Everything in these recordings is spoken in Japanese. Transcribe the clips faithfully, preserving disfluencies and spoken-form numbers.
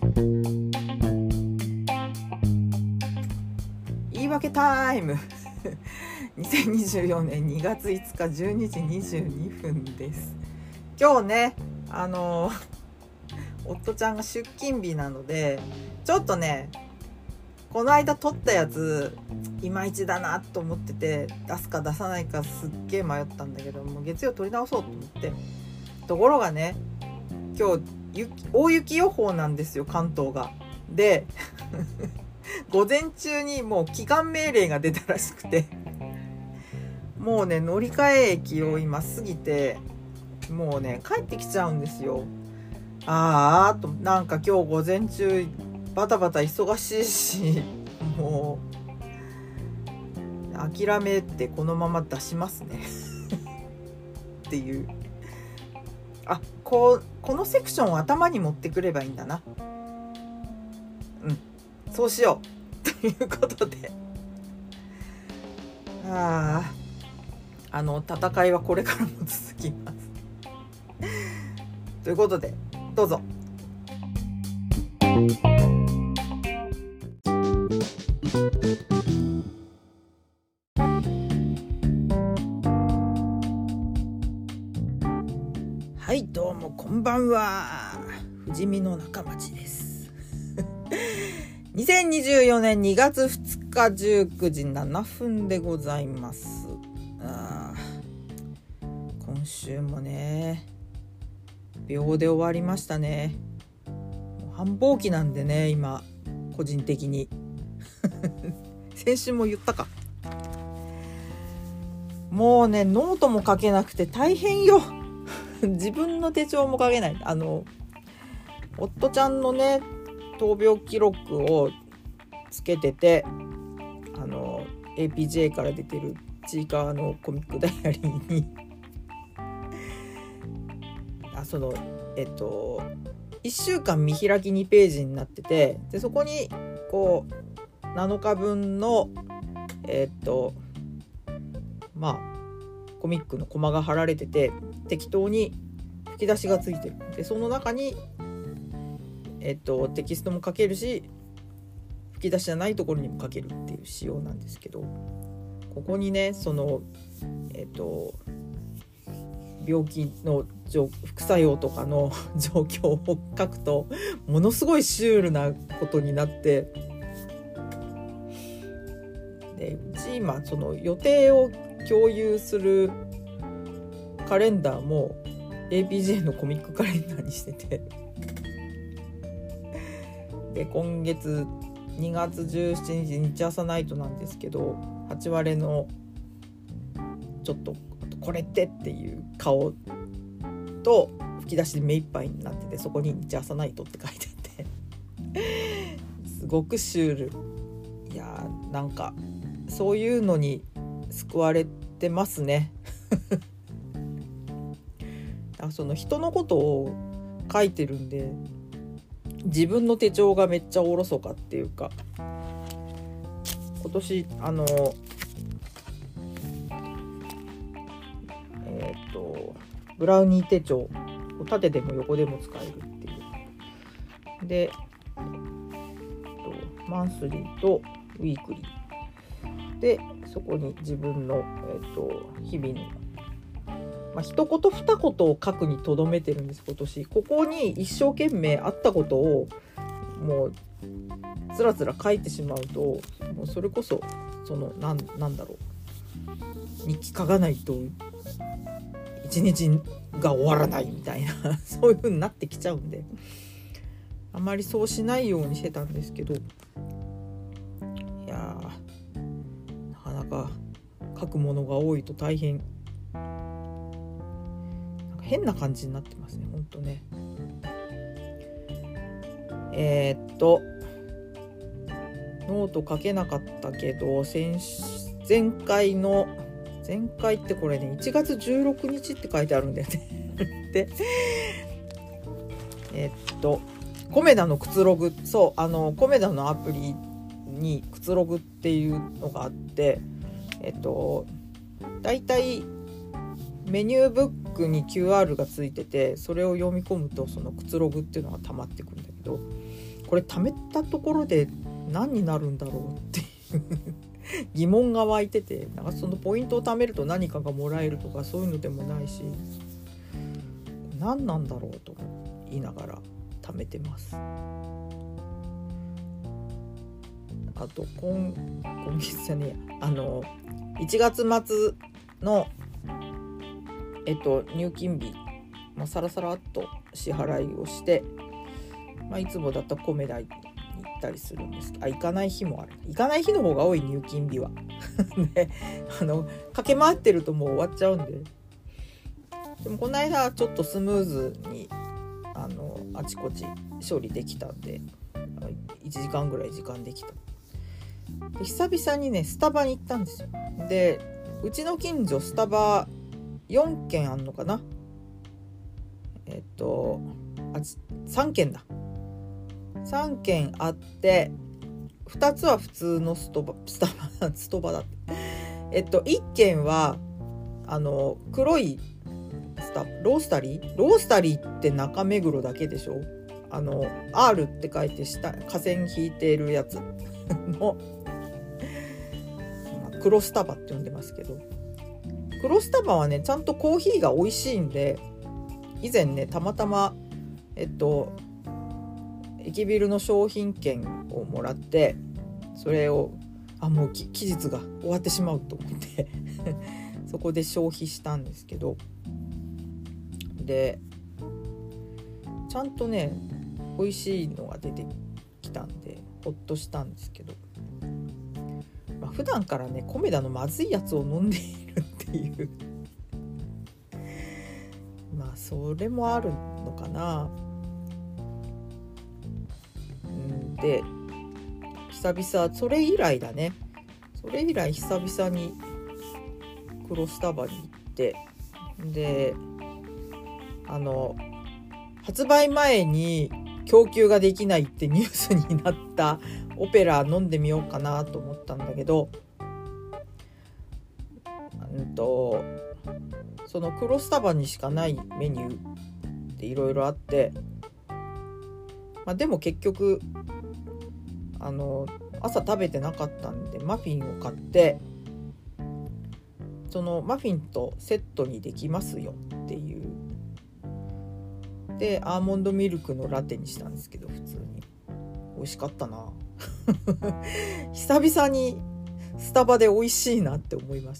言い訳タイムにせんにじゅうよねんにがついつかじゅうにじにじゅうにふんです。今日ねあの夫ちゃんが出勤日なのでちょっとねこの間撮ったやついまいちだなと思ってて出すか出さないかすっげえ迷ったんだけどもう月曜撮り直そうと思って、ところがね今日雪大雪予報なんですよ、関東が。で午前中にもう帰還命令が出たらしくて、もうね乗り換え駅を今過ぎてもうね帰ってきちゃうんですよ。あーとなんか今日午前中バタバタ忙しいし、もう諦めてこのまま出しますねっていう。あ、こうこのセクションを頭に持ってくればいいんだな。うんそうしようということで、あああの戦いはこれからも続きますということでどうぞ。はいどうもこんばんは、富士見の中町ですにせんにじゅうよねんにがつふつかじゅうくじななふんでございます。あ今週もね秒で終わりましたね。繁忙期なんでね今個人的に先週も言ったか、もうねノートも書けなくて大変よ自分の手帳も書けない。あの夫ちゃんのね闘病記録をつけてて、あの エーピージェー から出てるちいかわのコミックダイアリーにあそのえっといっしゅうかん見開きにページになってて、でそこにこうなのかぶんのえっとまあコミックのコマが貼られてて適当に吹き出しがついてる。でその中にえっとテキストも書けるし吹き出しじゃないところにも書けるっていう仕様なんですけど、ここにねそのえっと病気の副作用とかの状況を書くとものすごいシュールなことになって、でうち今その予定を共有するカレンダーも エーピージェー のコミックカレンダーにしててで今月にがつじゅうしちにち日朝ナイトなんですけど、はち割れのちょっとこれってっていう顔と吹き出しで目いっぱいになってて、そこに日朝ナイトって書いてあってすごくシュール。いやーなんかそういうのに救われてますねその人のことを書いてるんで自分の手帳がめっちゃおろそかっていうか、今年あのえっとブラウニー手帳縦でも横でも使えるっていうで、えっと、マンスリーとウィークリーでそこに自分の、えっと、日々の、まあ、一言二言を書くにとどめてるんです。今年ここに一生懸命あったことをもうつらつら書いてしまうと、もうそれこそそのなんなんだろう日記書かないと一日が終わらないみたいなそういう風になってきちゃうんで、あまりそうしないようにしてたんですけど、いやなかなか書くものが多いと大変なんか変な感じになってますね、ほんとね。えー、っとノート書けなかったけど先前回の前回ってこれねいちがつじゅうろくにちって書いてあるんだよねでえー、っとコメダのくつログ、そうあのコメダのアプリにくつログっていうのがあって、えっとだいたいメニューブックに キューアール がついてて、それを読み込むとそのくつログっていうのが溜まってくるんだけど、 これ貯めたところで何になるんだろうっていう疑問が湧いてて、なんかそのポイントを貯めると何かがもらえるとかそういうのでもないし、何なんだろうと言いながら貯めてます。あと今今月じゃねえあのいちがつ末のえっと入金日、まあ、さらさらっと支払いをして、まあ、いつもだったらコメダに行ったりするんですけど、あ行かない日もある。行かない日の方が多い、入金日はであの駆け回ってるともう終わっちゃうんで。でもこの間ちょっとスムーズにあのあちこち処理できたんで、いちじかんぐらい時間できた。で久々にねスタバに行ったんですよ。でうちの近所スタバよんけんあんのかな、えっとあさんけんださんけんあって、ふたつは普通のストバスタバストバだってえっといっけんはあの黒いスタロースタリーロースタリーって中目黒だけでしょ。あの アール って書いて下下線引いてるやつの黒スタバって呼んでますけど、黒スタバはねちゃんとコーヒーが美味しいんで、以前ねたまたまえっと駅ビルの商品券をもらって、それをあもう期日が終わってしまうと思ってそこで消費したんですけど、でちゃんとね美味しいのが出てきたんでほっとしたんですけど、まあ、普段からねコメダのまずいやつを飲んでいるっていうまあそれもあるのかな。うんで久々それ以来だねそれ以来久々に黒スタバに行って、であの発売前に供給ができないってニュースになったオペラ飲んでみようかなと思ったんだけど、うんとその黒スタバにしかないメニューっていろいろあって、まあ、でも結局あの朝食べてなかったんでマフィンを買って、そのマフィンとセットにできますよっていう。でアーモンドミルクのラテにしたんですけど、普通に美味しかったな久々にスタバで美味しいなって思いました。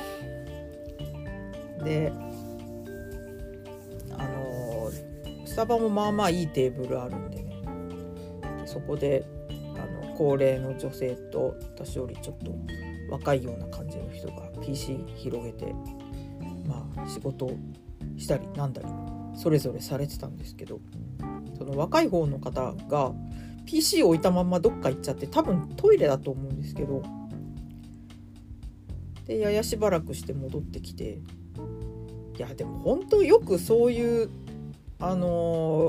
であのスタバもまあまあいいテーブルあるんでね、でそこであの高齢の女性と私よりちょっと若いような感じの人が ピーシー 広げて、まあ仕事をしたりなんだりそれぞれされてたんですけど、その若い方の方が ピーシー 置いたままどっか行っちゃって、多分トイレだと思うんですけど、でややしばらくして戻ってきて、いやでも本当よくそういうあのー、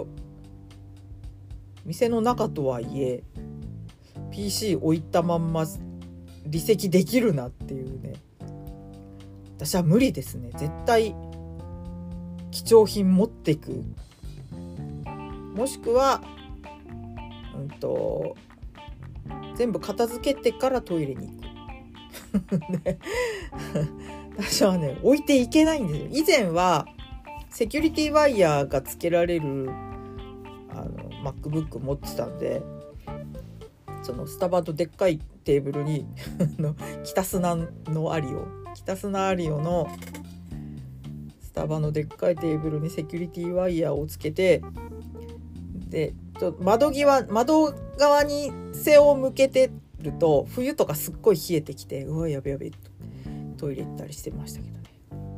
店の中とはいえ ピーシー 置いたまんま離席できるなっていうね。私は無理ですね。絶対貴重品持っていく、もしくは、うんと、全部片付けてからトイレに行く、ね、私はね置いていけないんですよ。以前はセキュリティワイヤーがつけられるあの MacBook 持ってたんで、そのスタバとでっかいテーブルに北砂のアリオ北砂アリオのスタバのでっかいテーブルにセキュリティワイヤーをつけて、でちょ窓際窓側に背を向けてると冬とかすっごい冷えてきて、うわやべやべとトイレ行ったりしてましたけどね。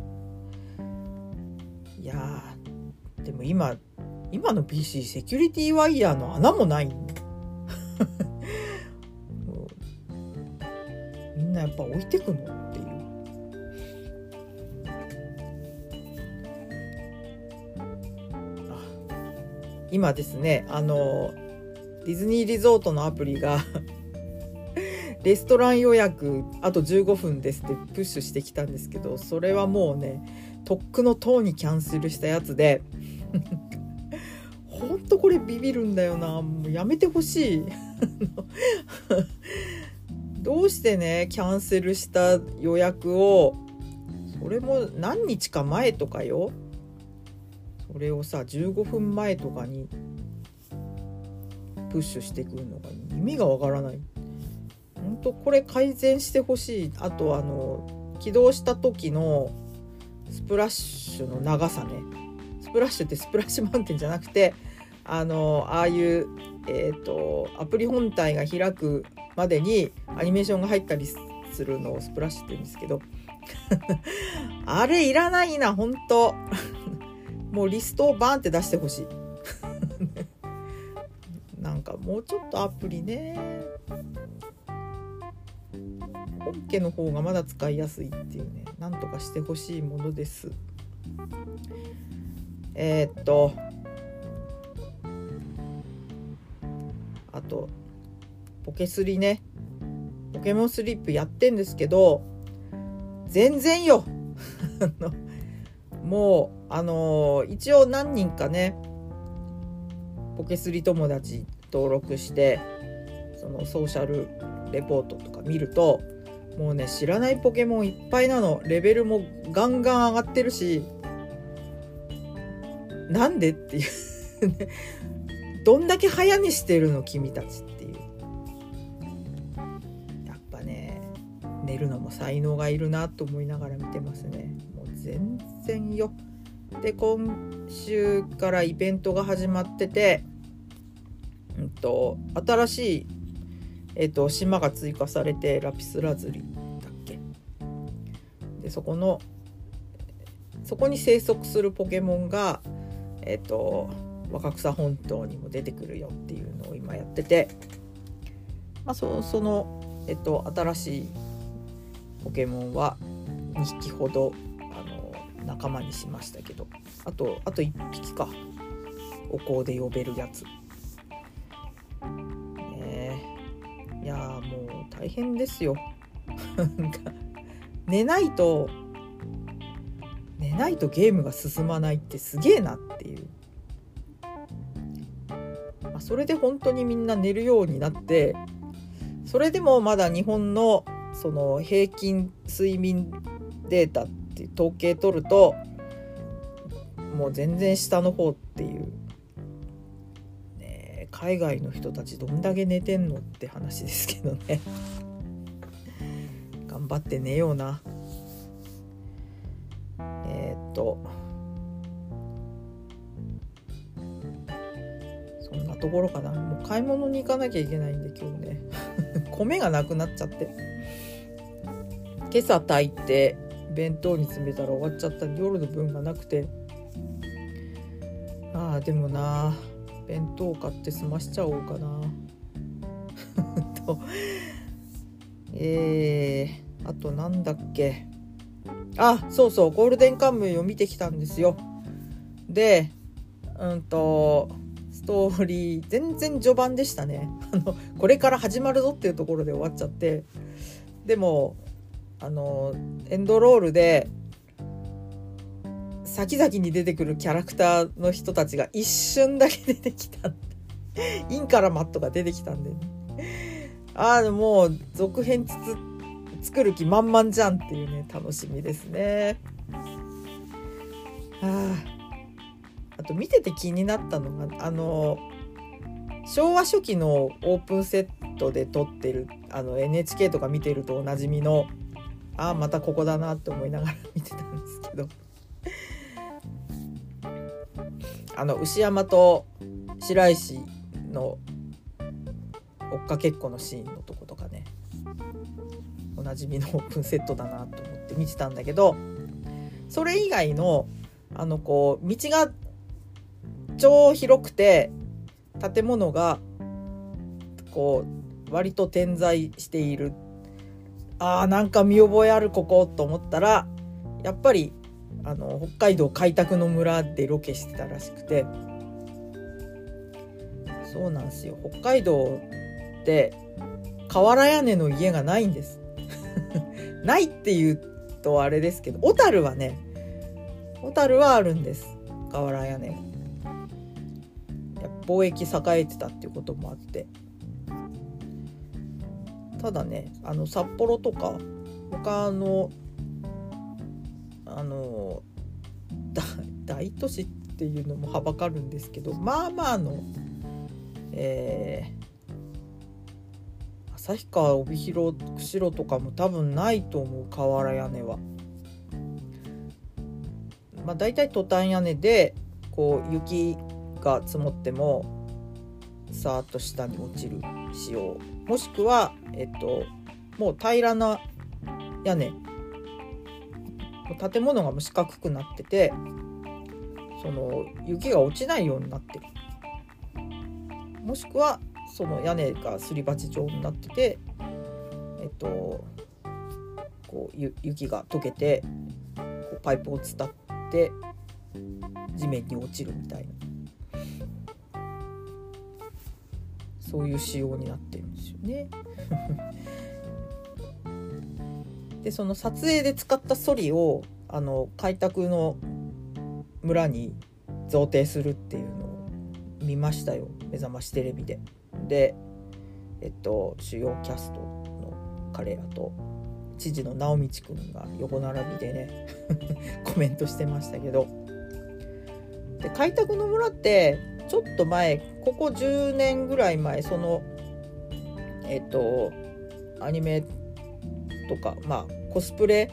いやーでも今今の ピーシー セキュリティワイヤーの穴もないみんなやっぱ置いてくのっていう。今ですね、あのディズニーリゾートのアプリがレストラン予約あとじゅうごふんですってプッシュしてきたんですけど、それはもうねとっくのとうにキャンセルしたやつでほんととこれビビるんだよな。もうやめてほしいどうしてねキャンセルした予約を、それも何日か前とかよ、それをさじゅうごふんまえとかにプッシュしてくるのが意味がわからない。本当これ改善してほしい。あとあの起動した時のスプラッシュの長さね。スプラッシュってスプラッシュマウンテンじゃなくて、あのああいう、えーと、アプリ本体が開くまでにアニメーションが入ったりするのをスプラッシュって言うんですけどあれいらないな本当もうリストをバーンって出してほしいなんかもうちょっとアプリね、本家の方がまだ使いやすいっていうね、なんとかしてほしいものです。えー、っとあとポケスリね、ポケモンスリップやってんですけど全然よもうあのー、一応何人かねポケスリ友達登録してそのソーシャルレポートとか見ると、もうね知らないポケモンいっぱいなの。レベルもガンガン上がってるし、なんでっていうどんだけ早寝してるの君たちっていう。やっぱね寝るのも才能がいるなと思いながら見てますね。もう全然よ。で今週からイベントが始まってて、うんと新しい、えっと、島が追加されて、ラピスラズリだっけで、そこのそこに生息するポケモンがえっと若草本島にも出てくるよっていうのを今やってて、まあ、そ, その、えっと、新しいポケモンはにひきほどあの仲間にしましたけど、あとあといっぴきか、お香で呼べるやつね。いやもう大変ですよなんか寝ないと寝ないとゲームが進まないってすげえなっていう。それで本当にみんな寝るようになって、それでもまだ日本のその平均睡眠データっていう統計取るともう全然下の方っていう、ね、海外の人たちどんだけ寝てんのって話ですけどね頑張って寝ような。えー、っとそんなところかな。もう買い物に行かなきゃいけないんで今日ね米がなくなっちゃって、今朝炊いて弁当に詰めたら終わっちゃったんで夜の分がなくて、ああでもな弁当買って済ましちゃおうかなとえー、あとなんだっけ、あそうそうゴールデンカムイを見てきたんですよ。でうんとストーリー全然序盤でしたね。あのこれから始まるぞっていうところで終わっちゃって、でもあのエンドロールで先々に出てくるキャラクターの人たちが一瞬だけ出てきたインカラマットが出てきたんで、ね、ああもう続編つつ作る気満々じゃんっていうね、楽しみですね。ああと見てて気になったのが、あの昭和初期のオープンセットで撮ってるあの エヌエイチケー とか見てるとおなじみの、ああまたここだなって思いながら見てたんですけどあの牛山と白石の追っかけっこのシーンのとことかね、おなじみのオープンセットだなと思って見てたんだけど、それ以外のあのこう道が超広くて建物がこう割と点在している、あーなんか見覚えあるここと思ったら、やっぱりあの北海道開拓の村でロケしてたらしくて、そうなんですよ、北海道って瓦屋根の家がないんですないっていうとあれですけど、小樽はね小樽はあるんです、瓦屋根。やっ貿易栄えてたっていうこともあって、ただねあの札幌とか他のあの大都市っていうのもはばかるんですけど、まあまあの、えー、旭川帯広釧路とかも多分ないと思う、瓦屋根は。まあ、だいたいトタン屋根でこう雪が積もってもさーっと下に落ちる仕様、もしくは、えっと、もう平らな屋根、建物が四角くなっててその雪が落ちないようになってる、もしくはその屋根がすり鉢状になってて、えっと、こう雪が溶けてこうパイプを伝って地面に落ちるみたいな、そういう仕様になってるんですよねでその撮影で使ったソリをあの開拓の村に贈呈するっていうのを見ましたよ、目覚ましテレビで。でえっと主要キャストの彼らと知事の直道くんが横並びでねコメントしてましたけど、で開拓の村ってちょっと前、ここじゅうねんぐらい前、そのえっとアニメとか、まあコスプレ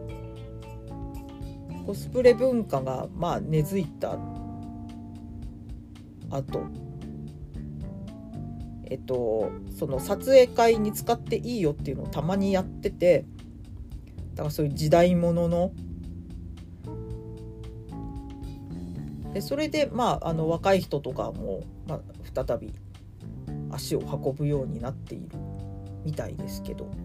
コスプレ文化がまあ根付いた後、えっとその撮影会に使っていいよっていうのをたまにやってて、だからそういう時代物ので、それでまああの若い人とかも、まあ、再び足を運ぶようになっているみたいですけど、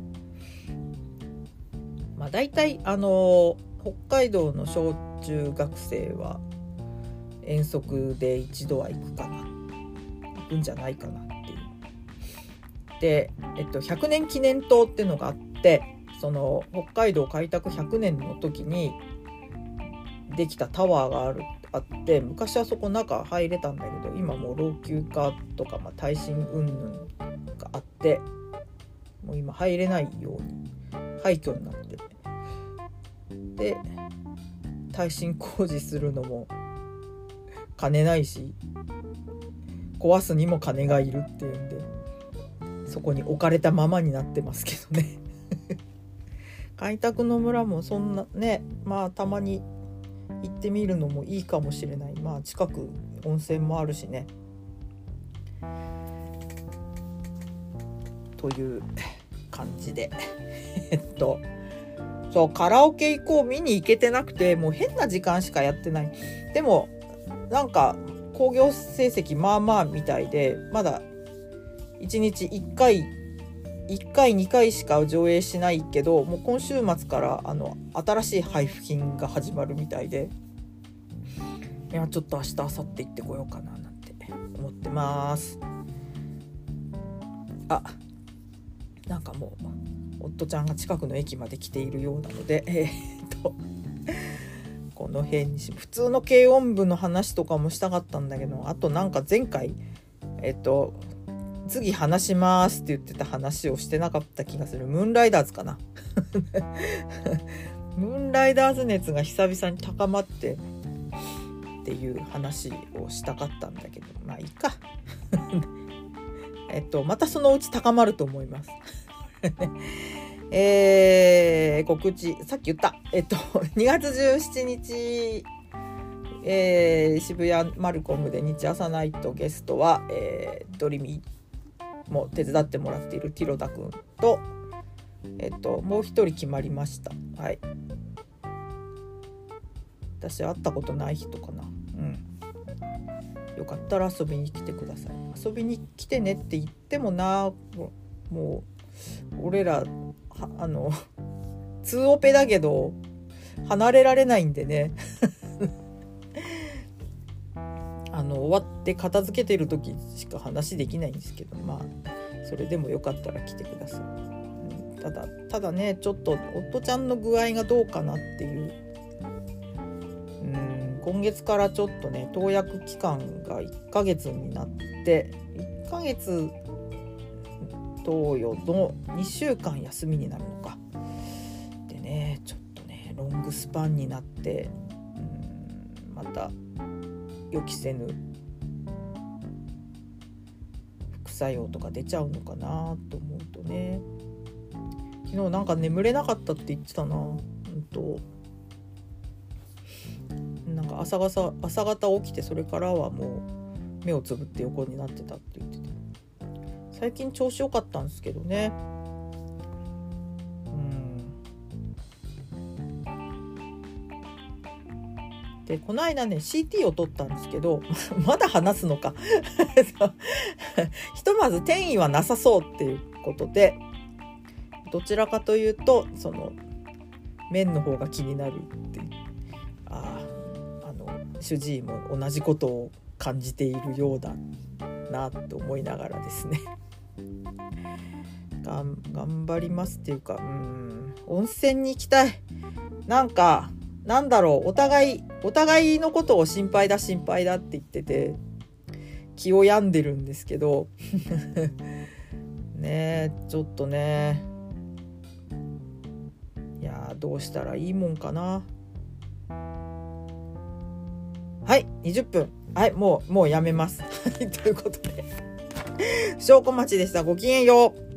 まあだいたいあの北海道の小中学生は遠足で一度は行くかな、行くんじゃないかなっていう。で、えっと、ひゃくねん記念塔っていうのがあって、その北海道開拓ひゃくねんの時にできたタワーがあるあって、昔はそこ中入れたんだけど、今もう老朽化とか、まあ、耐震云々があってもう今入れないように廃墟になってて、で耐震工事するのも金ないし壊すにも金がいるっていうんで、そこに置かれたままになってますけどね開拓の村もそんなね、まあたまに行ってみるのもいいかもしれない。まあ近く温泉もあるしね、という感じでえっとそうカラオケ行こう見に行けてなくて、もう変な時間しかやってない。でもなんか興行成績まあまあみたいで、まだいちにちいっかいいっかいにかいしか上映しないけど、もう今週末からあの新しい配布品が始まるみたいで、いやちょっと明日明後日行ってこようかななんて思ってます。あ、なんかもう夫ちゃんが近くの駅まで来ているようなので、えー、っとこの辺にし、普通の軽音部の話とかもしたかったんだけど、あとなんか前回えっと次話しますって言ってた話をしてなかった気がする。ムーンライダーズかなムーンライダーズ熱が久々に高まってっていう話をしたかったんだけど、まあいいかえっとまたそのうち高まると思いますえー、告知さっき言ったえっとにがつじゅうしちにち、えー、渋谷マルコムで日朝ナイト、ゲストは、えー、ドリミも手伝ってもらっているティロダくんと、えっと、もう一人決まりました。はい。私会ったことない人かな。うん。よかったら遊びに来てください。遊びに来てねって言ってもな、もう俺らあのツーオペだけど離れられないんでねあの終わって片付けてる時しか話できないんですけど、まあそれでもよかったら来てください。うん、ただただね、ちょっと夫ちゃんの具合がどうかなっていう、うん今月からちょっとね投薬期間がいっかげつになっていっかげつ投与のにしゅうかん休みになるのかでね、ちょっとねロングスパンになって、うんまた予期せぬ副作用とか出ちゃうのかなと思うとね、昨日なんか眠れなかったって言ってたな。うんとなんか朝方、朝方起きてそれからはもう目をつぶって横になってたって言ってた。最近調子良かったんですけどね。うんでこの間ね シーティー を取ったんですけどまだ話すのかひとまず転移はなさそうっていうことで、どちらかというとその面の方が気になるっていう、ああの主治医も同じことを感じているようだなと思いながらですねがん頑張りますっていうか、うーん温泉に行きたい。なんかなんだろう、お互いお互いのことを心配だ心配だって言ってて気を病んでるんですけどねえちょっとね、いやどうしたらいいもんかな。はいにじゅっぷん、はいもうもうやめますということで証拠待ちでした。ごきげんよう。